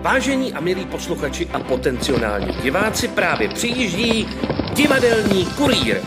Vážení a milí posluchači a potenciální diváci, právě přijíždí Divadelní kurýr.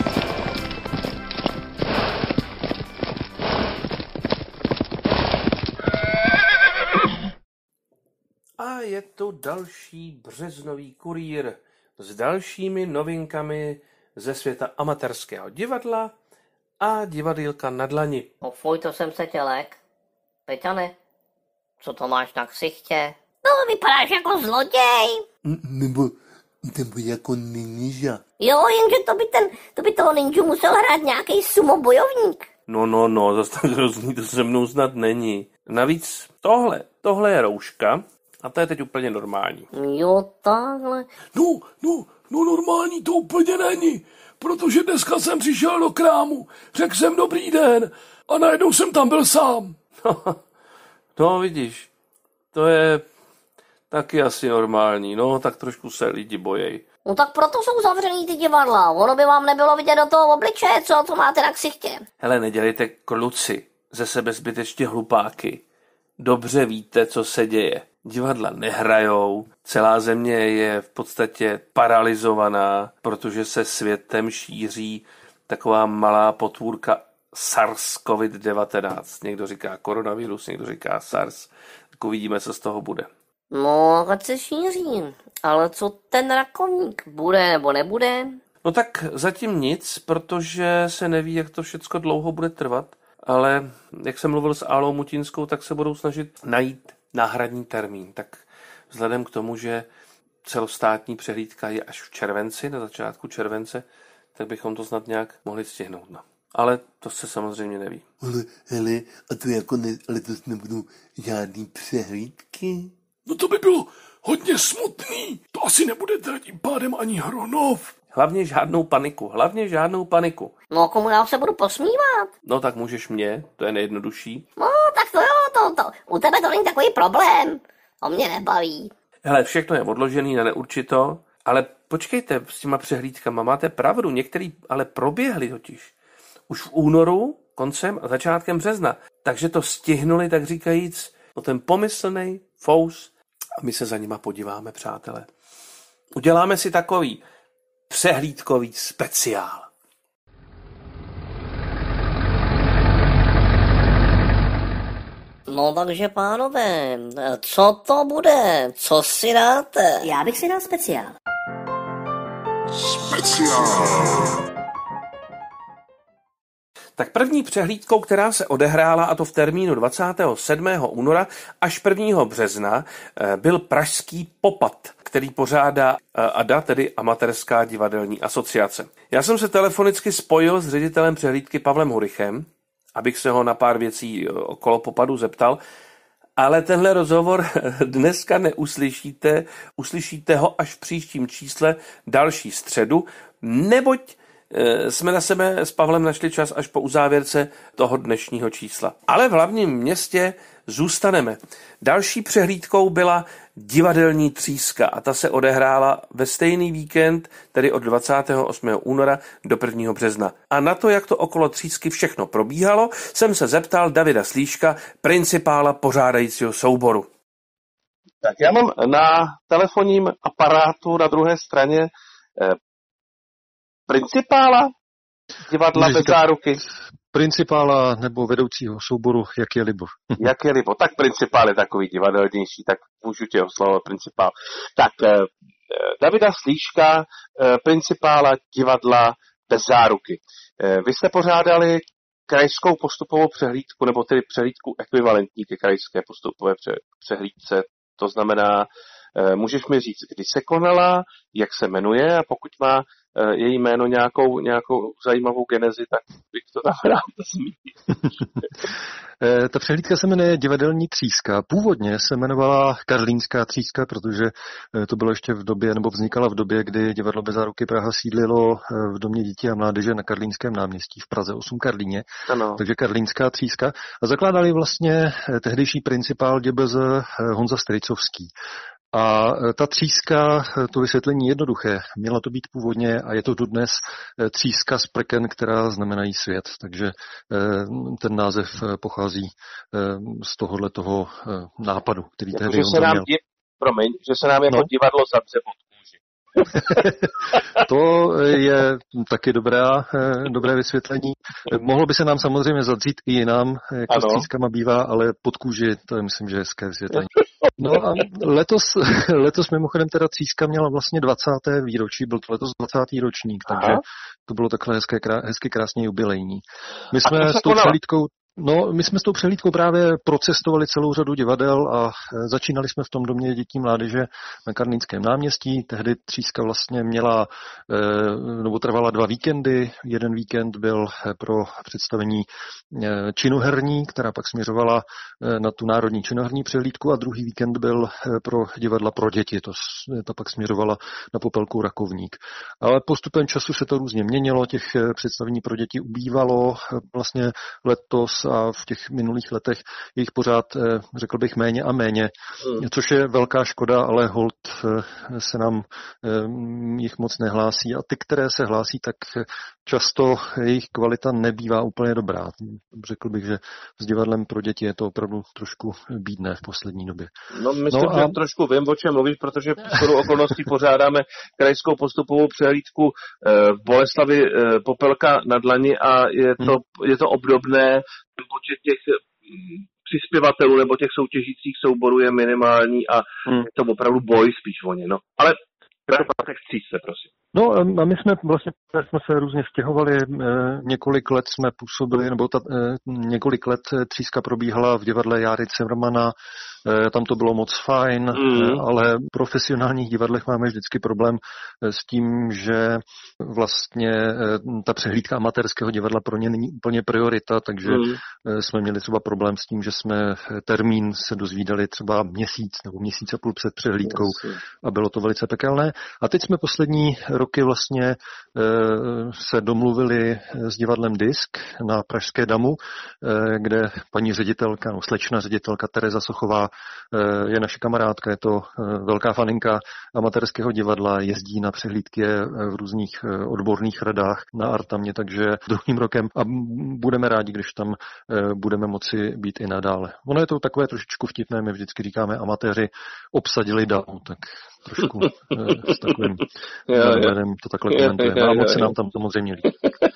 A je to další březnový kurýr s dalšími novinkami ze světa amatérského divadla a divadýlka na dlani. No fuj, to jsem se tělek. Peťane, co to máš na ksichtě? No, vypadáš jako zloděj. Nebo jako ninja. Jo, jenže to by toho ninju musel hrát nějaký sumo bojovník. No, zase tak hrozný to se mnou snad není. Navíc tohle je rouška a to je teď úplně normální. Jo, takhle. No, normální to úplně není, protože dneska jsem přišel do krámu, řekl jsem dobrý den a najednou jsem tam byl sám. No, vidíš, to je taky asi normální, no, tak trošku se lidi bojejí. No tak proto jsou zavřený ty divadla, ono by vám nebylo vidět do toho obličeje, co máte na ksichtě. Hele, nedělejte kluci ze sebe zbytečně hlupáky. Dobře víte, co se děje. Divadla nehrajou, celá země je v podstatě paralizovaná, protože se světem šíří taková malá potvůrka SARS-CoV-19. Někdo říká koronavirus, někdo říká SARS. Tak uvidíme, co z toho bude. No, ať se šíří. Ale co ten rakovník? Bude nebo nebude? No tak zatím nic, protože se neví, jak to všecko dlouho bude trvat. Ale jak jsem mluvil s Álou Mutinskou, tak se budou snažit najít náhradní termín. Tak vzhledem k tomu, že celostátní přehlídka je až v červenci, na začátku července, tak bychom to snad nějak mohli stihnout. No. Ale to se samozřejmě neví. Ale hele, a to jako letos nebudou žádný přehlídky? No to by bylo hodně smutný. To asi nebude teda tím pádem ani Hronov. Hlavně žádnou paniku. No, komu já se budu posmívat? No tak můžeš mě, to je nejjednodušší. No, tak to jo, to. U tebe to není takový problém. To mě nebaví. Hele, všechno je odložený na neurčito, ale počkejte s těma přehlídkama, máte pravdu, některý ale proběhly totiž. Už v únoru, koncem a začátkem března. Takže to stihnuli, tak říkajíc, o ten pomyslnej fous a my se za nima podíváme, přátelé. Uděláme si takový přehlídkový speciál. No takže pánové, co to bude? Co si dáte? Já bych si dal speciál. Tak první přehlídkou, která se odehrála, a to v termínu 27. února až 1. března, byl pražský Popad, který pořádá ADA, tedy Amatérská divadelní asociace. Já jsem se telefonicky spojil s ředitelem přehlídky Pavlem Hurichem, abych se ho na pár věcí okolo Popadu zeptal, ale tenhle rozhovor dneska neuslyšíte, uslyšíte ho až v příštím čísle další středu, neboť jsme na sebe s Pavlem našli čas až po uzávěrce toho dnešního čísla. Ale v hlavním městě zůstaneme. Další přehlídkou byla divadelní tříska a ta se odehrála ve stejný víkend, tedy od 28. února do 1. března. A na to, jak to okolo třísky všechno probíhalo, jsem se zeptal Davida Slíška, principála pořádajícího souboru. Tak já mám na telefonním aparátu na druhé straně principála divadla bez záruky. Principála nebo vedoucího souboru, jak je libo. Jak je libo. Tak principál je takový divadelnější, tak můžu tě oslovovat principál. Tak Davida Slíška, principála divadla bez záruky. Vy jste pořádali krajskou postupovou přehlídku, nebo tedy přehlídku ekvivalentní ke krajské postupové přehlídce. To znamená, můžeš mi říct, kdy se konala, jak se jmenuje a pokud má její jméno nějakou zajímavou genezi, tak bych to tam rád zmínil. Ta přehlídka se jmenuje Divadelní tříska. Původně se jmenovala Karlínská tříska, protože to bylo ještě v době, nebo vznikala v době, kdy Divadlo bez záruky Praha sídlilo v Domě dětí a mládeže na Karlínském náměstí v Praze 8 Karlíně. Ano. Takže Karlínská tříska. A zakládali vlastně tehdejší principál DBZ Honza Strejcovský. A ta tříska, to vysvětlení jednoduché, měla to být původně a je to dodnes tříska z prken, která znamenají svět. Takže ten název pochází z tohoto nápadu, který tehdy Honza měl. Promiň, že se nám jako divadlo zadře pod kůži. To je taky dobré vysvětlení. Mohlo by se nám samozřejmě zadřít i jinam, jak to s třískama bývá, ale pod kůži, to je, myslím, že hezké vysvětlení. No a letos mimochodem teda tříska měla vlastně 20. výročí, byl to letos 20. ročník, takže to bylo takhle hezky krásně jubilejní. My jsme s tou přehlídkou právě procestovali celou řadu divadel a začínali jsme v tom domě dětí mládeže na Karlínském náměstí. Tehdy tříska vlastně trvala 2 víkendy. Jeden víkend byl pro představení činoherní, která pak směřovala na tu národní činoherní přehlídku, a druhý víkend byl pro divadla pro děti. Ta pak směřovala na Popelku Rakovník. Ale postupem času se to různě měnilo, těch představení pro děti ubývalo. Vlastně letos a v těch minulých letech je jich pořád, řekl bych, méně a méně, což je velká škoda, ale holt se nám jich moc nehlásí a ty, které se hlásí, tak často jejich kvalita nebývá úplně dobrá. Řekl bych, že s divadlem pro děti je to opravdu trošku bídné v poslední době. No, myslím, že trošku vím, o čem mluvíš, protože shodou okolností pořádáme krajskou postupovou přehlídku v Boleslavi Popelka na Dlani a je to obdobné. Počet těch přispěvatelů nebo těch soutěžících souborů je minimální a je to opravdu boj spíš o ně. No. Ale tak střízce, prosím. No a my jsme se různě stěhovali, několik let jsme působili, několik let tříska probíhala v divadle Járy Cimrmana, tam to bylo moc fajn, ale v profesionálních divadlech máme vždycky problém s tím, že vlastně ta přehlídka amatérského divadla pro ně není úplně priorita, takže jsme měli třeba problém s tím, že jsme termín se dozvídali třeba měsíc nebo měsíc a půl před přehlídkou a bylo to velice pekelné. A teď jsme poslední roky vlastně se domluvili s divadlem Disk na Pražské Damu, kde paní ředitelka, slečna ředitelka Tereza Sochová je naše kamarádka, je to velká faninka amatérského divadla, jezdí na přehlídky v různých odborných radách na Artamě, takže druhým rokem a budeme rádi, když tam budeme moci být i nadále. Ono je to takové trošičku vtipné, my vždycky říkáme, amatéři obsadili Damu, tak trošku s takovým hledem to takhle komentujeme. A moc se nám tam samozřejmě líbí.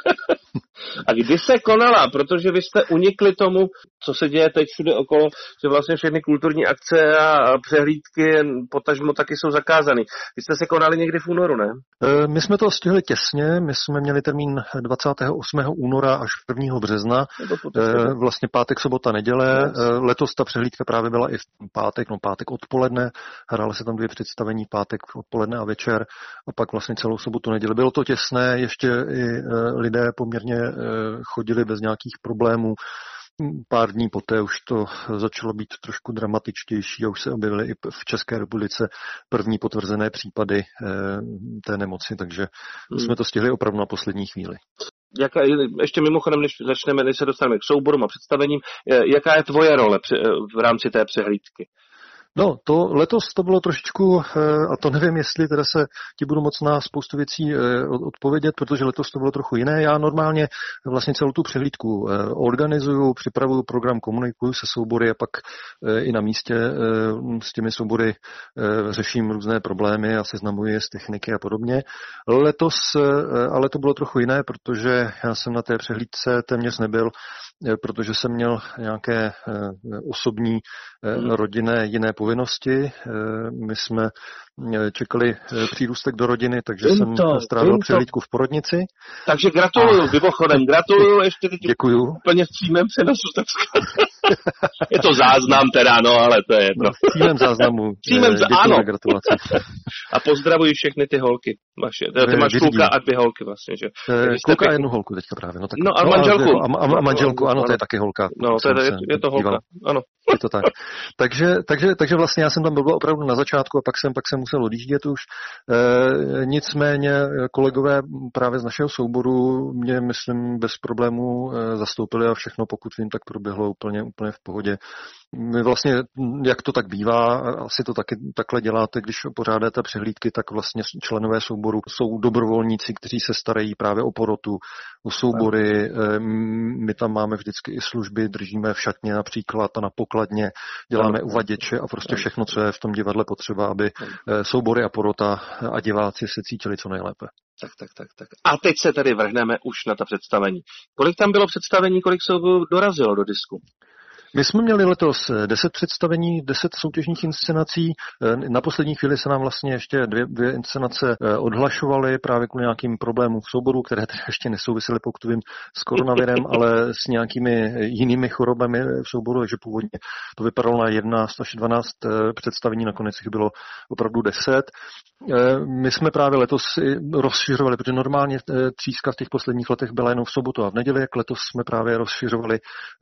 A kdy se konala? Protože vy jste unikli tomu, co se děje teď všude okolo, že vlastně všechny kulturní akce a přehlídky potažmo taky jsou zakázány. Vy jste se konali někdy v únoru, ne? My jsme to stihli těsně, my jsme měli termín 28. února až 1. března, vlastně pátek, sobota, neděle. Letos ta přehlídka právě byla i v pátek odpoledne, hrála se tam 2 představení, pátek odpoledne a večer a pak vlastně celou sobotu, neděli. Bylo to těsné, ještě i lidé poměrně chodili bez nějakých problémů. Pár dní poté už to začalo být trošku dramatičtější a už se objevily i v České republice první potvrzené případy té nemoci, takže jsme to stihli opravdu na poslední chvíli. Ještě mimochodem, než se dostaneme k souborům a představením, jaká je tvoje role v rámci té přehlídky? No, letos to bylo trošičku, a to nevím, jestli teda se ti budu moc na spoustu věcí odpovědět, protože letos to bylo trochu jiné. Já normálně vlastně celou tu přehlídku organizuju, připravuju program, komunikuju se soubory a pak i na místě s těmi soubory řeším různé problémy a seznamuji je s techniky a podobně. Letos ale to bylo trochu jiné, protože já jsem na té přehlídce téměř nebyl, protože jsem měl nějaké osobní rodinné jiné povinnosti. My jsme čekali přírůstek do rodiny, takže jsem strávil přehlídku v porodnici. Takže gratuluju, mimochodem, gratuluju, ještě teď děkuju. Úplně v přímém přenosu. Je to záznam teda, no, ale to je jedno. V přímém záznamu. Ano. Gratulace. A pozdravuji všechny ty holky vaše. Ty máš kluka a 2 holky vlastně, že? Kluka a 1 holku teďka právě. No, tak, no a manželku. A manželku, ano, to je taky holka. No, je to holka, ano. Je to tak. Takže vlastně já jsem tam byl opravdu na začátku a pak jsem musel odjíždět už. Nicméně kolegové právě z našeho souboru mě, myslím, bez problémů zastoupili a všechno, pokud vím, tak proběhlo úplně v pohodě. Vlastně, jak to tak bývá, asi to taky takhle děláte, když pořádáte přehlídky, tak vlastně členové souboru jsou dobrovolníci, kteří se starají právě o porotu, o soubory. My tam máme vždycky i služby, držíme v šatně například a na pokladně, děláme uvaděče a prostě všechno, co je v tom divadle potřeba, aby soubory a porota a diváci se cítili co nejlépe. Tak. A teď se tedy vrhneme už na ta představení. Kolik tam bylo představení, kolik se dorazilo do disku? My jsme měli letos 10 představení, 10 soutěžních inscenací. Na poslední chvíli se nám vlastně ještě dvě inscenace odhlašovaly právě kvůli nějakým problémům v souboru, které tedy ještě nesouvisely, pokud vím, s koronavirem, ale s nějakými jinými chorobami v souboru, takže původně to vypadalo na 11 až 12 představení, nakonec jich bylo opravdu 10. My jsme právě letos rozšiřovali, protože normálně tříska v těch posledních letech byla jenom v sobotu a v neděli, jak letos jsme právě rozšiřovali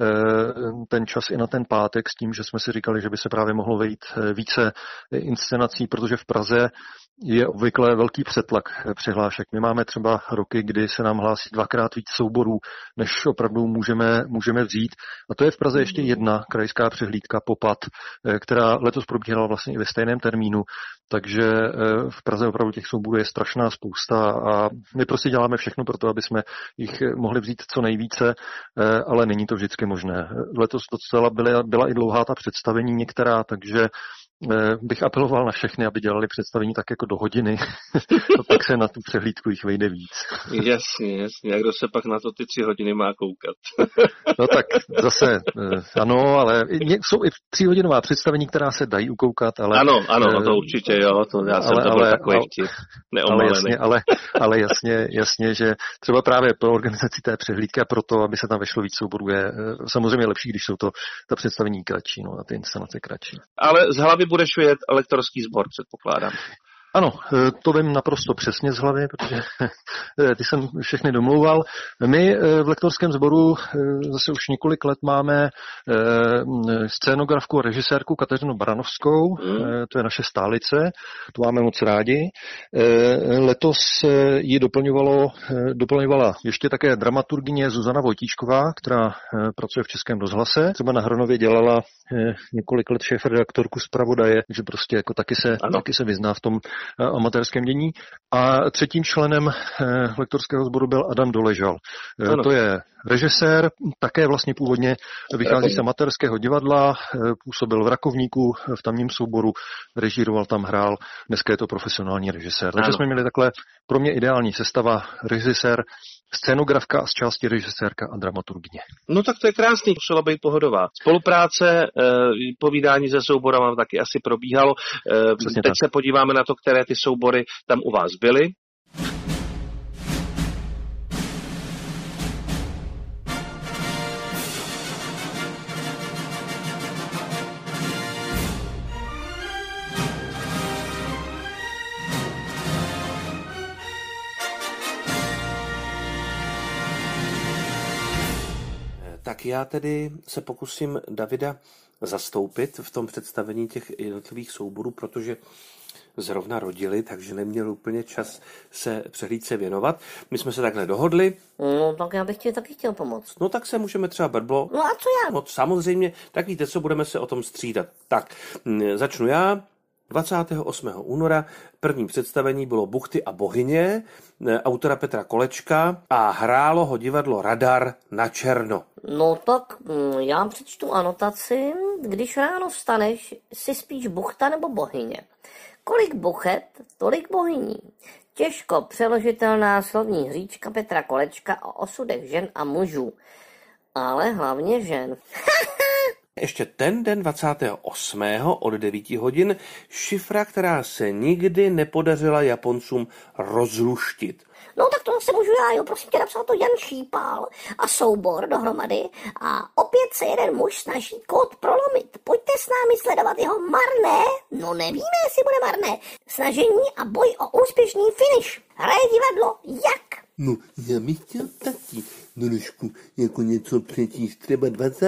ten čas i na ten pátek s tím, že jsme si říkali, že by se právě mohlo vejít více inscenací, protože v Praze je obvykle velký přetlak přihlášek. My máme třeba roky, kdy se nám hlásí 2x víc souborů, než opravdu můžeme vzít. A to je v Praze ještě jedna krajská přehlídka Popat, která letos probíhala vlastně i ve stejném termínu. Takže v Praze opravdu těch souborů je strašná spousta a my prostě děláme všechno pro to, aby jsme jich mohli vzít co nejvíce, ale není to vždycky možné. Letos docela byla i dlouhá ta představení některá, takže bych apeloval na všechny, aby dělali představení tak jako do hodiny a pak se na tu přehlídku jich vejde víc. Jasně. A kdo se pak na to ty 3 hodiny má koukat? No tak zase ano, ale jsou i 3hodinová představení, která se dají ukoukat, ale... Ano, to určitě, jo, to já jsem to byl takový vtip, neomalený. Ale jasně, že třeba právě pro organizaci té přehlídky a pro to, aby se tam vešlo víc souborů, je samozřejmě lepší, když jsou to ta představení kratší, no a ty inscenace kratší. Ale z hlavy budeš vědět lektorský sbor, předpokládám. Ano, to vím naprosto přesně z hlavy, protože ty jsem všechny domlouval. My v lektorském sboru zase už několik let máme scénografku a režisérku Kateřinu Baranovskou, to je naše stálice, to máme moc rádi. Letos ji doplňovala ještě také dramaturgyně Zuzana Vojtíčková, která pracuje v Českém rozhlase. Třeba na Hronově dělala několik let šéfredaktorku zpravodaje, takže prostě jako taky se vyzná v tom amatérském dění. A třetím členem lektorského sboru byl Adam Doležal. To je režisér, také vlastně původně vychází z amatérského divadla, působil v Rakovníku, v tamním souboru, režíroval tam, hrál, dneska je to profesionální režisér. Takže jsme měli takhle pro mě ideální sestava, režisér, scénografka a z části režisérka a dramaturgyně. No tak to je krásný, musela být pohodová. Spolupráce, povídání se souborama taky asi probíhalo. Teď se podíváme na to, které ty soubory tam u vás byly. Tak já tedy se pokusím Davida zastoupit v tom představení těch jednotlivých souborů, protože zrovna rodili, takže neměl úplně čas se přehlídce věnovat. My jsme se takhle dohodli. No, tak já bych ti taky chtěl pomoct. No, tak se můžeme třeba Brblo. No a co já? No, samozřejmě, tak víte co, budeme se o tom střídat. Tak, začnu já. 28. února první představení bylo Buchty a bohyně, autora Petra Kolečka a hrálo ho divadlo Radar na černo. No tak já přečtu anotaci. Když ráno vstaneš, si spíš buchta nebo bohyně. Kolik buchet, tolik bohyní. Těžko přeložitelná slovní hříčka Petra Kolečka o osudech žen a mužů. Ale hlavně žen. Ještě ten den 28. od 9 hodin šifra, která se nikdy nepodařila Japoncům rozluštit. No tak to zase můžu já, jo, prosím tě, napsal to Jan Šípal a soubor dohromady a opět se jeden muž snaží kód prolomit. Pojďte s námi sledovat jeho marné, no nevíme, jestli bude marné, snažení a boj o úspěšný finish. Hraje divadlo jak? No, já bych chtěl taky trošku jako něco přečíst. Třeba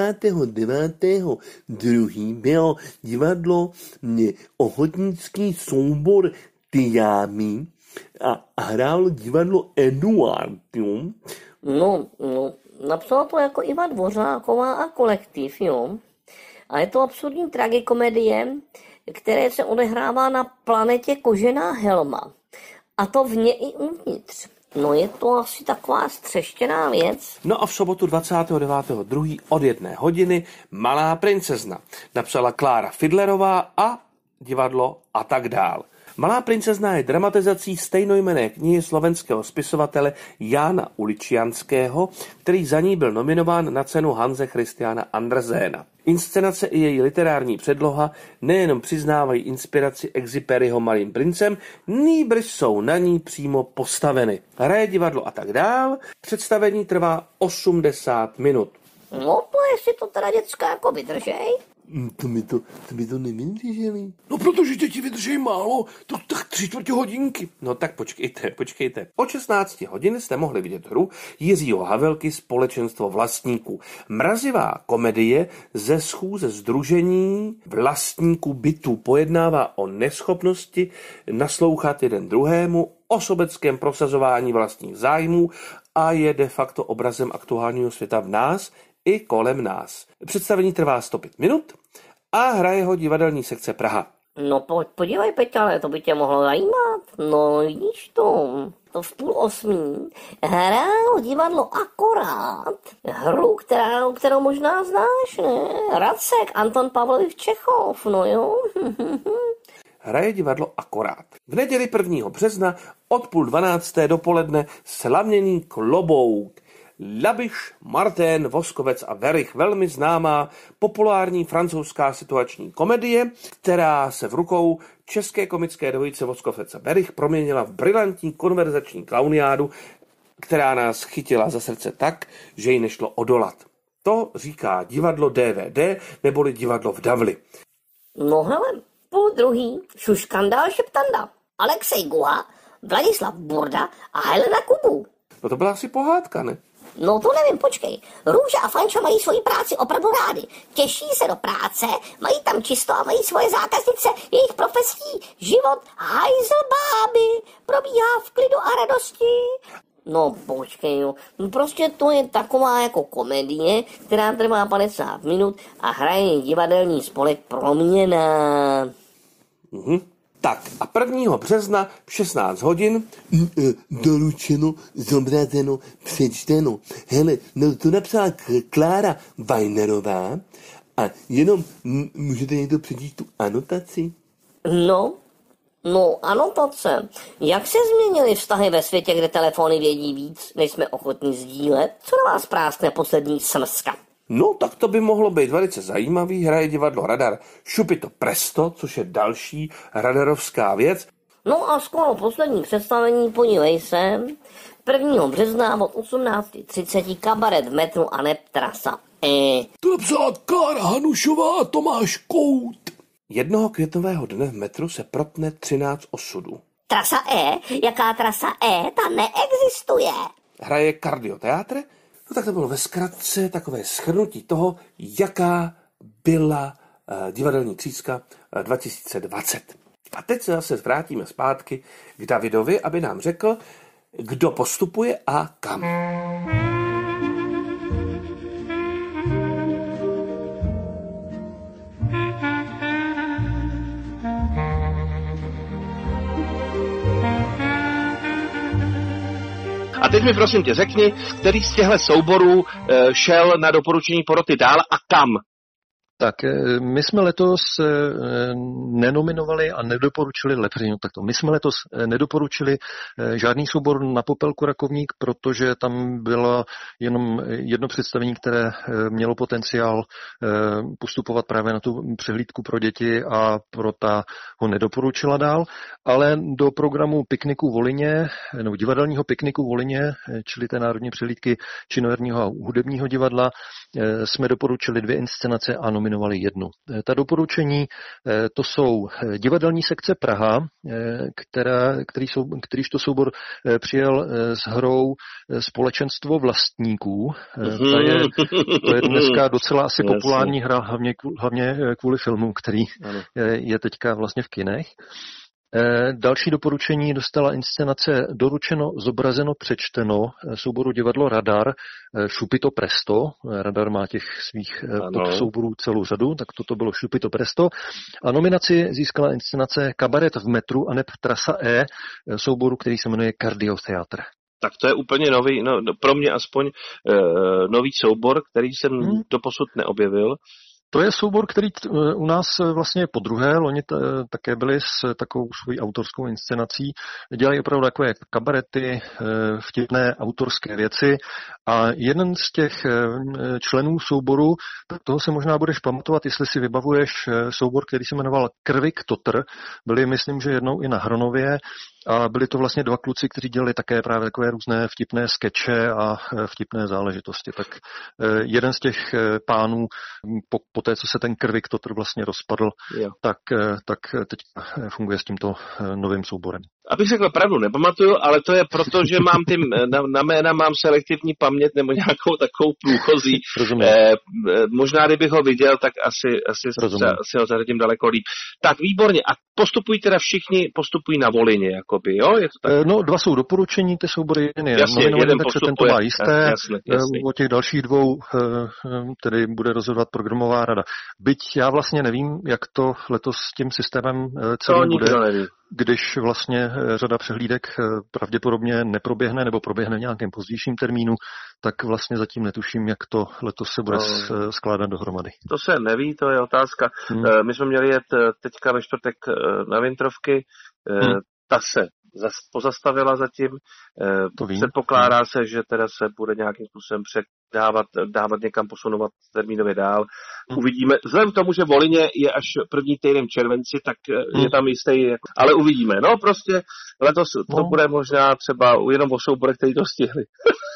29.2. bylo divadlo ochotnický soubor Tyjámy a hrálo divadlo Eduardium. No, napsala to jako Iva Dvořáková a kolektiv, jo. A je to absurdní tragikomedie, které se odehrává na planetě Kožená helma. A to vně i uvnitř. No je to asi taková střeštěná věc. No a v sobotu 29.2. od 1 hodiny Malá princezna. Napsala Klára Fidlerová a divadlo a tak dál. Malá princezna je dramatizací stejnojmenné knihy slovenského spisovatele Jána Uličianského, který za ní byl nominován na cenu Hanse Christiana Andersena. Inscenace i její literární předloha nejenom přiznávají inspiraci Exupéryho Malým princem, nýbrž jsou na ní přímo postaveny. Hraje divadlo a tak dál, představení trvá 80 minut. No to jestli to teda děcka jako vydržej. To mi to nevydrželi. No protože děti vydržej málo, to tak 3/4 hodinky. No tak počkejte. O 16 hodin jste mohli vidět hru Jiřího Havelky Společenstvo vlastníků. Mrazivá komedie ze schůze sdružení vlastníků bytů pojednává o neschopnosti naslouchat jeden druhému, o sobeckém prosazování vlastních zájmů a je de facto obrazem aktuálního světa v nás i kolem nás. Představení trvá 105 minut a hraje ho divadelní sekce Praha. No podívej, Peťale, to by tě mohlo zajímat. No vidíš to v 7:30 hrálo divadlo Akorát hru, kterou možná znáš, ne? Racek, Anton Pavlovič Čechov, no jo. Hraje divadlo Akorát. V neděli 1. března od 11:30 dopoledne Slaměný klobouk. Labiš, Martin, Voskovec a Verich, velmi známá populární francouzská situační komedie, která se v rukou české komické dvojice Voskovec a Verich proměnila v brilantní konverzační klauniádu, která nás chytila za srdce tak, že ji nešlo odolat. To říká divadlo DVD, neboli divadlo v Davli. No hele, 2:30 Šuškanda Šeptanda, Alexej Guha, Vladislav Burda a Helena Kubu. No to byla asi pohádka, ne? No to nevím, počkej. Růža a Fanča mají svoji práci opravdu rádi. Těší se do práce, mají tam čisto a mají svoje zákaznice, jejich profesí, život, hajzlbáby, probíhá v klidu a radosti. No počkej, jo. Prostě to je taková jako komedie, která trvá 50 minut a hraje divadelní spolek Proměna. Tak a 1. března v 16 hodin Doručeno, zobrazeno, přečteno. Hele, no to napsala Klára Weinerová a jenom můžete někdo přečíst tu anotaci? No, anotace. Jak se změnily vztahy ve světě, kde telefony vědí víc, než jsme ochotní sdílet? Co na vás práskne poslední smrska? No, tak to by mohlo být velice zajímavý. Hraje divadlo Radar Šupito Presto, což je další radarovská věc. No a skoro poslední představení, podívej se. 1. března od 18:30 kabaret v metru a neb trasa E. To napsala Klára Hanušová a Tomáš Kout. 1. květnového dne v metru se protne 13 osudů. Trasa E? Jaká trasa E? Ta neexistuje. Hraje Kardioteátr. No tak to bylo ve zkratce takové shrnutí toho, jaká byla divadelní tříska 2020. A teď se zase vrátíme zpátky k Davidovi, aby nám řekl, kdo postupuje a kam. A teď mi prosím tě řekni, který z těchto souborů šel na doporučení poroty dál a kam? Tak my jsme letos nenominovali a nedoporučili my jsme letos nedoporučili žádný soubor na Popelku Rakovník, protože tam bylo jenom jedno představení, které mělo potenciál postupovat právě na tu přehlídku pro děti a prota ho nedoporučila dál, ale do programu Pikniku Volině, nebo divadelního Pikniku Volině, čili té národní přehlídky činoherního a hudebního divadla, jsme doporučili 2 inscenace a nominovali 1. Ta doporučení, to jsou divadelní sekce Praha, kterýž to soubor přijel s hrou Společenstvo vlastníků. To je dneska docela asi populární hra, hlavně kvůli filmu, který je teďka vlastně v kinech. Další doporučení dostala inscenace Doručeno, zobrazeno, přečteno souboru divadlo Radar, Šupito Presto. Radar má těch svých podsouborů celou řadu, tak toto bylo Šupito Presto. A nominaci získala inscenace Kabaret v metru aneb Trasa E souboru, který se jmenuje Kardiotheatr. Tak to je úplně nový, pro mě aspoň nový soubor, který jsem doposud neobjevil. To je soubor, který u nás vlastně je podruhé. Loni také byli s takovou svojí autorskou inscenací. Dělají opravdu takové kabarety, vtipné autorské věci. A jeden z těch členů souboru, toho se možná budeš pamatovat, jestli si vybavuješ soubor, který se jmenoval Krvik Totr. Byli, myslím, že jednou i na Hronově. A byli to vlastně dva kluci, kteří dělali také právě takové různé vtipné skeče a vtipné záležitosti. Tak jeden z těch pánů, po té, co se ten Krvik Totr vlastně rozpadl, tak teď funguje s tímto novým souborem. Abych řekl pravdu, nepamatuju, ale to je proto, že mám na jména mám selektivní paměť nebo nějakou takovou průchozí. Možná, kdybych ho viděl, tak asi ho zařadím daleko líp. Tak výborně. A postupují teda všichni, postupují na Volině, jakoby, jo? Je to tak? No, dva jsou doporučení, ty soubory jeden je jeden takže tento má jisté. Jasně. O těch dalších dvou tedy bude rozhodovat programová rada. Byť já vlastně nevím, jak to letos s tím systémem celý bude. Neví. Když vlastně řada přehlídek pravděpodobně neproběhne nebo proběhne v nějakém pozdějším termínu, tak vlastně zatím netuším, jak to letos se bude skládat dohromady. To se neví, to je otázka. My jsme měli jet teďka ve čtvrtek na Vintrovky, ta se pozastavila zatím. Předpokládá se, že teda se bude nějakým způsobem dávat někam, posunovat termínově dál. Uvidíme. Vzhledem k tomu, že Volině je až první týden červenci, tak je tam jistý, ale uvidíme. No prostě letos to bude možná třeba jenom o souborech, který to stihli.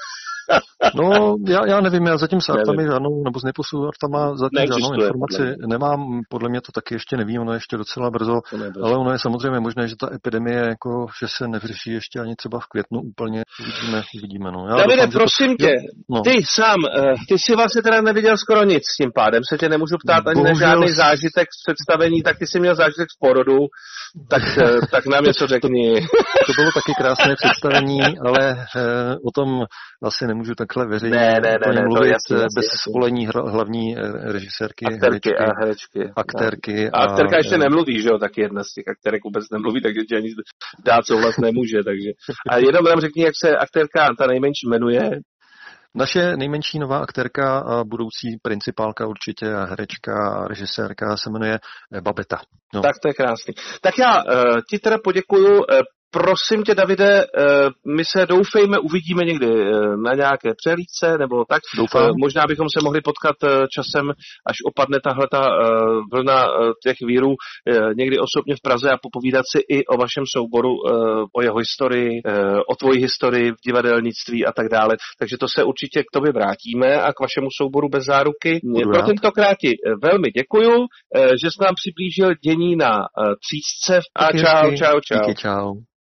No, já nevím, já zatím s Artami žádnou, nebo s Neposu Artama zatím žádnou informaci nemám, podle mě to taky ještě nevím, ono je ještě docela brzo, ale ono je samozřejmě možné, že ta epidemie, jako, že se nevyřeší ještě ani třeba v květnu úplně, uvidíme. No. Davide, prosím tě, ty sám, ty si vlastně teda neviděl skoro nic s tím pádem, se tě nemůžu ptát ani na žádný zážitek z představení, tak ty jsi měl zážitek z porodu, tak nám něco řekni. To bylo taky krásné představení, ale o tom asi nemůžu takhle veřejně mluvit bez svolení hlavní režisérky, herečky. Aktérky. A aktérka ještě nemluví, že jo, taky jedna z těch aktérek vůbec nemluví, takže ti ani dát souhlas nemůže, takže. A jenom nám řekni, jak se aktérka ta nejmenší jmenuje. Naše nejmenší nová aktérka a budoucí principálka určitě a herečka a režisérka se jmenuje Babeta. No. Tak to je krásný. Tak já ti teda poděkuju. Prosím tě, Davide, my se doufejme uvidíme někdy na nějaké přehlídce nebo tak. Doufám. Možná bychom se mohli potkat časem, až opadne tahleta vlna těch vírů, někdy osobně v Praze a popovídat si i o vašem souboru, o jeho historii, o tvoji historii v divadelnictví a tak dále. Takže to se určitě k tobě vrátíme a k vašemu souboru Bez záruky. Pro tentokrát ti velmi děkuju, že jsi nám přiblížil dění na Třísce a čau. Díky, čau.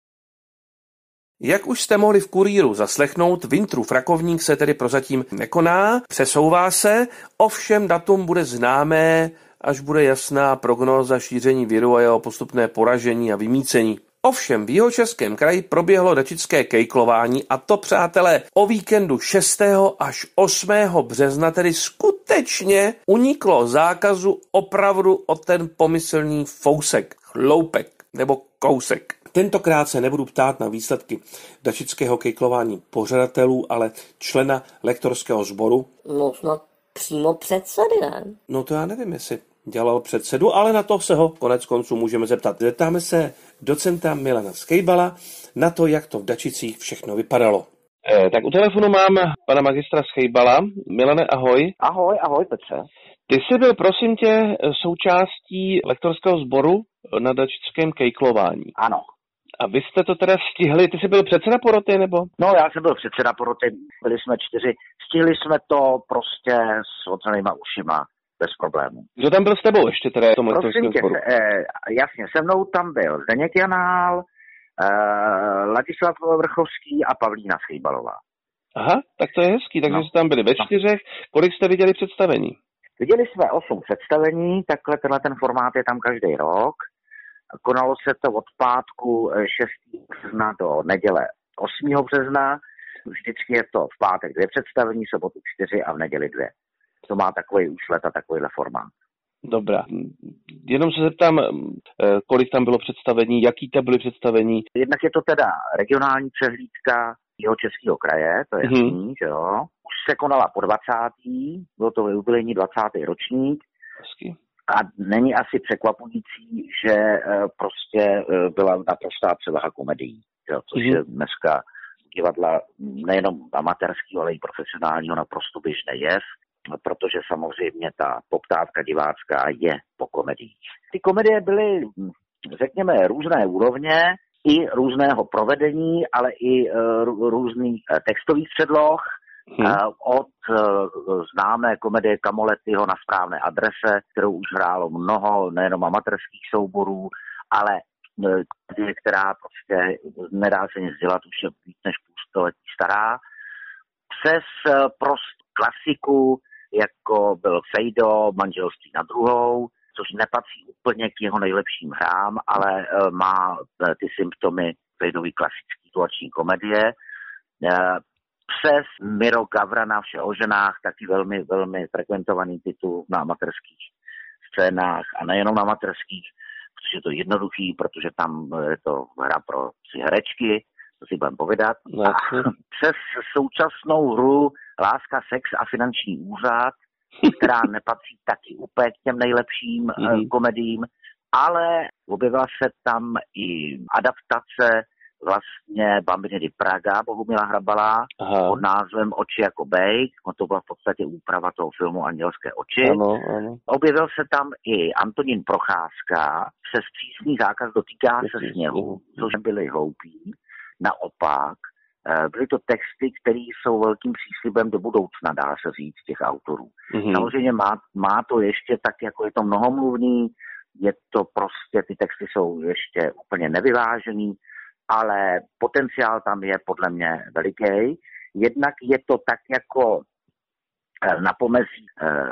Jak už jste mohli v Kurýru zaslechnout, Wintrův Rakovník se tedy prozatím nekoná, přesouvá se, ovšem datum bude známé, až bude jasná prognóza šíření viru a jeho postupné poražení a vymýcení. Ovšem v Jihočeském kraji proběhlo dačické kejklování a to, přátelé, o víkendu 6. až 8. března tedy skutečně uniklo zákazu opravdu o ten pomyslný fousek, chloupek nebo kousek. Tentokrát se nebudu ptát na výsledky dačického kejklování pořadatelů, ale člena lektorského sboru. No snad přímo předsedy, ne? No to já nevím, jestli dělal předsedu, ale na to se ho konec konců můžeme zeptat. Zeptáme se docenta Milana Schejbala na to, jak to v Dačicích všechno vypadalo. Tak u telefonu mám pana magistra Schejbala. Milane, ahoj. Ahoj, Petře. Ty jsi byl, prosím tě, součástí lektorského sboru na dačickém kejklování. Ano. A vy jste to teda stihli, ty jsi byl předseda poroty, nebo? No, já jsem byl předseda poroty, byli jsme 4, stihli jsme to prostě s otevřenýma ušima, bez problémů. Kdo tam byl s tebou ještě teda v tom lektorském sboru? Jasně, se mnou tam byl Zdeněk Janál, Ladislav Vrchovský a Pavlína Schejbalová. Aha, tak to je hezký, takže jste tam byli ve 4, kolik jste viděli představení? Viděli jsme 8 představení, takhle tenhle ten formát je tam každý rok. Konalo se to od pátku 6. března do neděle 8. března. Vždycky je to v pátek 2 představení, v sobotu 4 a v neděli 2. To má takový úslet a takovýhle formát. Dobrá. Jenom se zeptám, kolik tam bylo představení, jaký tam byly představení? Jednak je to teda regionální přehlídka Jihočeského kraje, to je jasný, že jo. Už se konala po 20. Bylo to jubilejní 20. ročník. Hezky. A není asi překvapující, že prostě byla naprostá převaha komedií, což je dneska divadla nejenom amatérského, ale i profesionálního naprosto běžný jev, protože samozřejmě ta poptávka divácká je po komediích. Ty komedie byly, řekněme, různé úrovně, i různého provedení, ale i různých textových předloh, od známé komedie Camolettiho Na správné adrese, kterou už hrálo mnoho, nejenom amatérských souborů, ale která prostě nedá se nic dělat, už je víc než půl století stará, přes prost klasiku, jako byl Fejdo, Manželství na druhou, což nepatří úplně k jeho nejlepším hrám, ale má ty symptomy Fejdový klasický situační komedie. Přes Miro Gavrana Vše o ženách, taky velmi, velmi frekventovaný titul na amatérských scénách a nejenom na amatérských, protože je to jednoduchý, protože tam je to hra pro herečky, to si budeme povědat. A přes současnou hru Láska, sex a finanční úřad, která nepatří taky úplně k těm nejlepším komediím, ale objevila se tam i adaptace vlastně Bambiny di Praga Bohumila Hrabala pod názvem Oči jako bejk. To byla v podstatě úprava toho filmu Andělské oči. Ano. Objevil se tam i Antonín Procházka přes Přísný zákaz dotýká se sněhu, což byli hloupí. Naopak, byly to texty, které jsou velkým příslibem do budoucna, dá se říct, těch autorů. Samozřejmě má to ještě tak, jako je to mnohomluvný, je to prostě, ty texty jsou ještě úplně nevyvážený, ale potenciál tam je podle mě veliký. Jednak je to tak jako na pomezí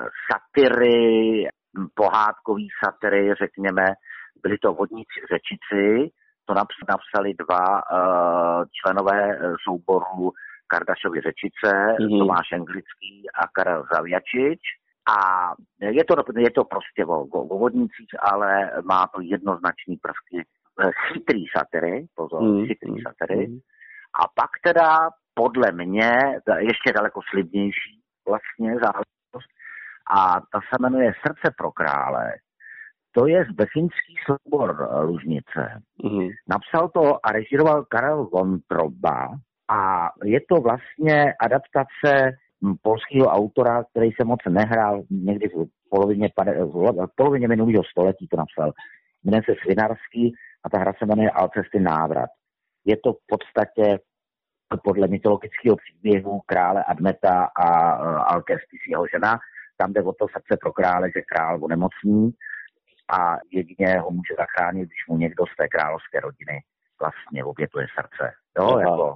satiry, pohádkový satiry, řekněme, byli to Vodníci v Řečici, to napsali 2 členové souboru Kardašovy Řečice, Tomáš Englický a Karel Zaviačič. A je to prostě o vodnicích, ale má to jednoznačný prvky chytrý satiry, chytrý satiry. A pak teda podle mě ještě daleko slibnější vlastně záležitost a ta se jmenuje Srdce pro krále. To je bechyňský soubor Lužnice. Napsal to a režíroval Karel Vontroba a je to vlastně adaptace polského autora, který se moc nehrál někdy v polovině minulého století, to napsal. Jmenuje se Svinarský a ta hra se jmenuje Alcesty návrat. Je to v podstatě podle mytologického příběhu krále Admeta a Alcestis jeho žena. Tam jde o to Srdce pro krále, že král onemocní a jedině ho může zachránit, když mu někdo z té královské rodiny vlastně obětuje srdce. Jo, jako,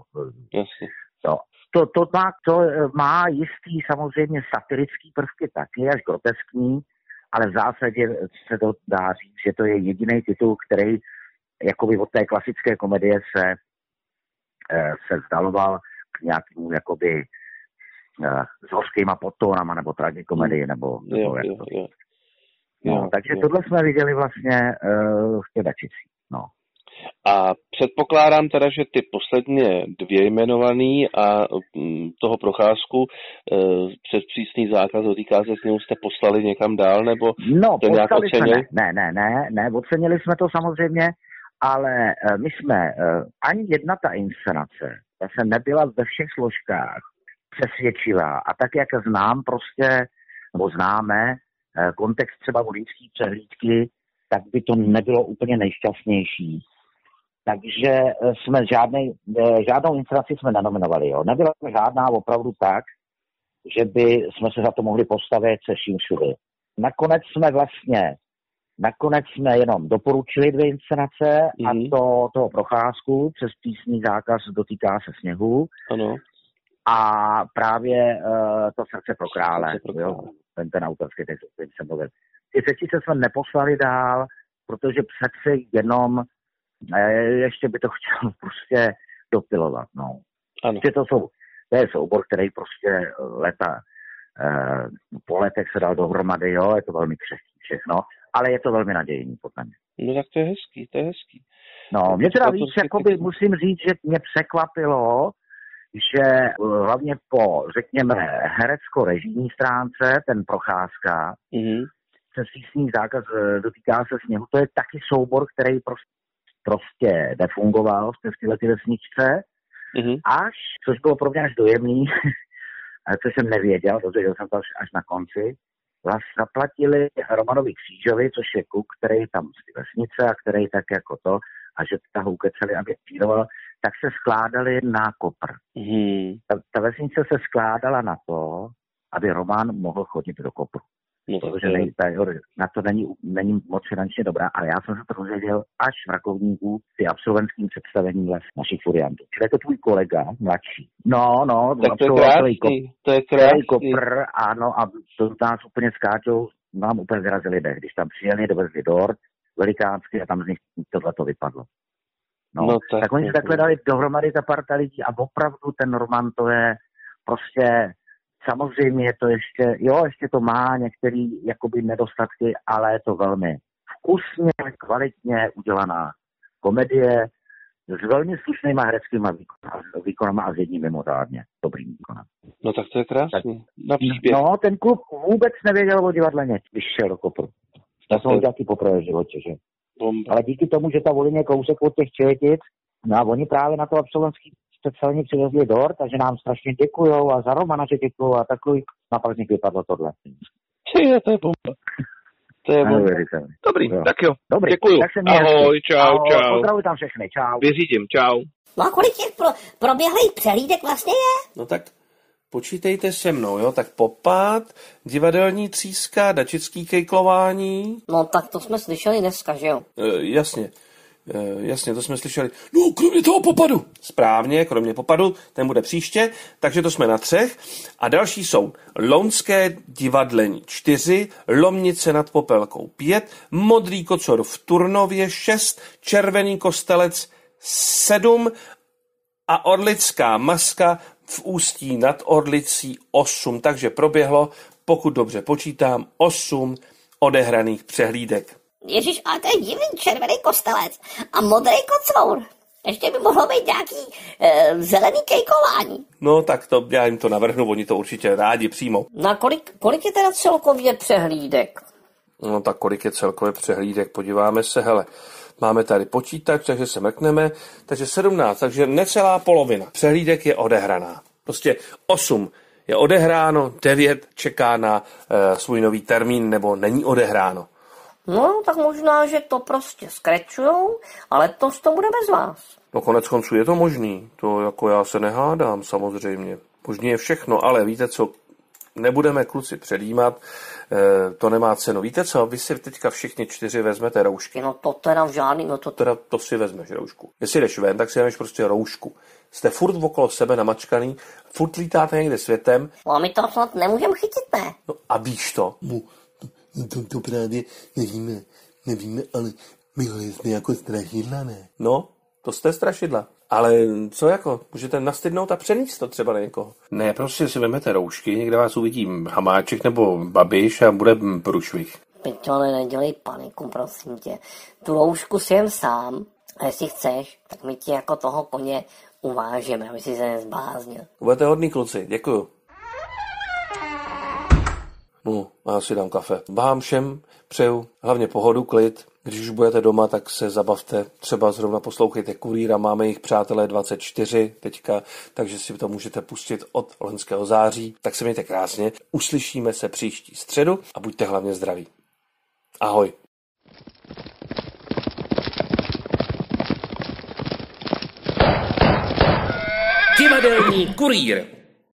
to má jistý samozřejmě satirický prvky taky, až groteskní, ale v zásadě se to dá říct, že to je jediný titul, který jakoby od té klasické komedie se vzdaloval k nějakému jakoby s hořkýma podtónama nebo tragikomedii, nebo jak to. No, takže tohle jsme viděli vlastně v Tědačici. No. A předpokládám teda, že ty posledně 2 jmenovaný a toho Procházku přes Přísný zákaz dotýká se sněhu jste poslali někam dál, nebo to nějak ocenili? Ne, ocenili jsme to samozřejmě, ale my jsme, ani jedna ta inscenace, ta se nebyla ve všech složkách přesvědčivá a tak, jak znám prostě, nebo známe, kontext třeba voličské přehlídky, tak by to nebylo úplně nejšťastnější. Takže jsme žádnou inscenaci jsme nenominovali. Jo. Nebyla žádná opravdu tak, že by jsme se za to mohli postavit se vším všude. Nakonec jsme jenom doporučili 2 inscenace a toho Procházku přes Přísný zákaz dotýká se sněhu. Ano. A právě to Srdce pro krále. Jo. Ten autorský text, který jsem mluvil. Ty Řečice jsme neposlali dál, protože přece jenom ještě by to chtěl prostě dopilovat, no. Ano. To je soubor, který prostě po letech se dal dohromady, jo, je to velmi křehký všechno, ale je to velmi nadějný podle mě. No tak to je hezký. No, mě teda víc, jakoby musím říct, že mě překvapilo, že hlavně po, řekněme, herecko-režijní stránce, ten Procházka, přes Přísný zákaz dotýká se sněhu, to je taky soubor, který prostě nefungoval v této vesničce, až, což bylo pro mě až dojemný, což jsem nevěděl, dozvěděl jsem to až na konci, zaplatili Romanovi Křížovi, což je kluk, který je tam z vesnice a který tak jako to, a že ta ukeceli, aby píroval, tak se skládali na kopr. Ta vesnice se skládala na to, aby Roman mohl chodit do kopru. No, protože na to není moc finančně dobrá, ale já jsem se to dozvěděl až v Rakovníku při absolventským představení našich furiantů. Čili je to tvůj kolega, mladší. No, tak to je krásný. Kopr, ano, a to nás úplně skáčou, nám úplně vyrazili dech. Když tam přijeli, dovezli dort velikánský a tam z nich tohleto vypadlo. No tak oni se takhle dali dohromady ta parta lidí a opravdu ten Roman to je prostě, samozřejmě je to ještě to má některý jakoby nedostatky, ale je to velmi vkusně, kvalitně udělaná komedie s velmi slušnýma hereckýma výkonama a s jedním mimořádně dobrým výkonem. No tak to je krásný. No, ten klub vůbec nevěděl o divadle nic, když šel do kopru. Já jsem ho taky poprvé v životě, že? Bomba. Ale díky tomu, že ta Volyn je kousek od těch Čeletic, no a oni právě na to absolventský speciálně přivezli dort, takže nám strašně děkujou a za Romana, že děkujou a takový, a pak z nich vypadlo tohle. To je bomba. Dobrý, tak jo. Dobrý. Děkuju. Tak ahoj, čau. Pozdravuj tam všechny, čau. Vyřídím, čau. No a kolik těch proběhlých přehlídek vlastně je? No tak počítejte se mnou, jo, tak Popat, divadelní tříska, dačický kejklování. No tak to jsme slyšeli dneska, že jo? Jasně, to jsme slyšeli. No, kromě toho Popadu. Správně, kromě Popadu, ten bude příště, takže to jsme na 3. A další jsou Lounské divadlení 4, Lomnice nad Popelkou 5, Modrý kocor v Turnově 6, Červený kostelec 7 a Orlická maska v Ústí nad Orlicí 8. Takže proběhlo, pokud dobře počítám, 8 odehraných přehlídek. Ježíš, ale to je divný, Červený kostelec a Modrý kocour. Ještě by mohlo být nějaký zelený kejkování. No tak to já jim to navrhnu, oni to určitě rádi přijmou. No kolik je teda celkově přehlídek? No tak kolik je celkově přehlídek, podíváme se, hele. Máme tady počítač, takže se mrkneme, takže 17, takže necelá polovina přehlídek je odehraná. Prostě 8 je odehráno, 9 čeká na svůj nový termín, nebo není odehráno. No, tak možná, že to prostě skrečujou, ale to bude bez vás. No konec konců je to možný, to jako já se nehádám samozřejmě. Možný je všechno, ale víte co, nebudeme kluci předjímat, to nemá cenu. Víte co, vy si teďka všichni 4 vezmete roušky. No to teda v žádný, no to... Teda to si vezmeš roušku. Jestli jdeš ven, tak si vezmeš prostě roušku. Jste furt okolo sebe namačkaný, furt lítáte někde světem. No a my to snad nemůžeme chytit, ne? No a víš to. To právě nevíme, ale my jsme jako strašidla, ne? No, to jste strašidla. Ale co jako, můžete nastydnout a přenést to třeba na někoho. Ne, prostě si vezmete roušky, někde vás uvidí Hamáček nebo Babiš a bude průšvih. Pičo, ale nedělej paniku, prosím tě. Tu roušku si jen sám, a jestli chceš, tak my ti jako toho koně uvážeme, aby si se nezbláznil. Budete hodný kluci, děkuju. No, já si dám kafe. Vám všem přeju hlavně pohodu, klid. Když už budete doma, tak se zabavte. Třeba zrovna poslouchejte Kurýra, máme jich přátelé 24 teďka, takže si to můžete pustit od loňského září. Tak se mějte krásně. Uslyšíme se příští středu a buďte hlavně zdraví. Ahoj. Divadelní kurýr.